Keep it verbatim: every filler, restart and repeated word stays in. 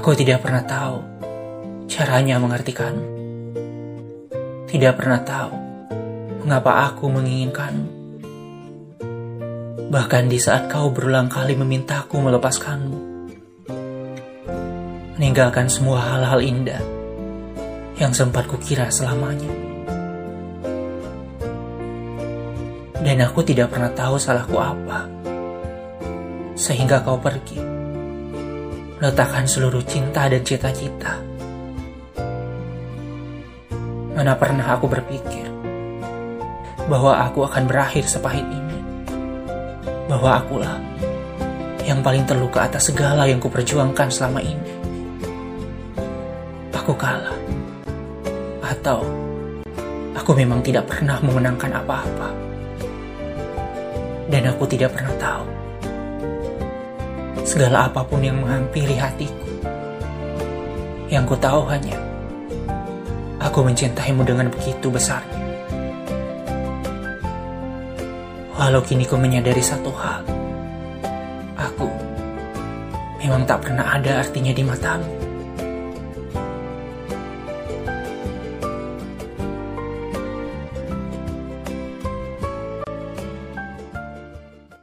Aku tidak pernah tahu caranya mengartikanmu. Tidak pernah tahu mengapa aku menginginkanmu. Bahkan di saat kau berulang kali memintaku melepaskanmu, meninggalkan semua hal-hal indah yang sempat kukira selamanya. Dan aku tidak pernah tahu salahku apa, sehingga kau pergi, meletakkan seluruh cinta dan cita-cita. Mana pernah aku berpikir bahwa aku akan berakhir sepahit ini, bahwa akulah yang paling terluka atas segala yang kuperjuangkan selama ini. Aku kalah, atau aku memang tidak pernah memenangkan apa-apa. Dan aku tidak pernah tahu segala apapun yang menghampiri hatiku. Yang ku tahu hanya aku mencintaimu dengan begitu besarnya. Walau kini ku menyadari satu hal, aku memang tak pernah ada artinya di matamu.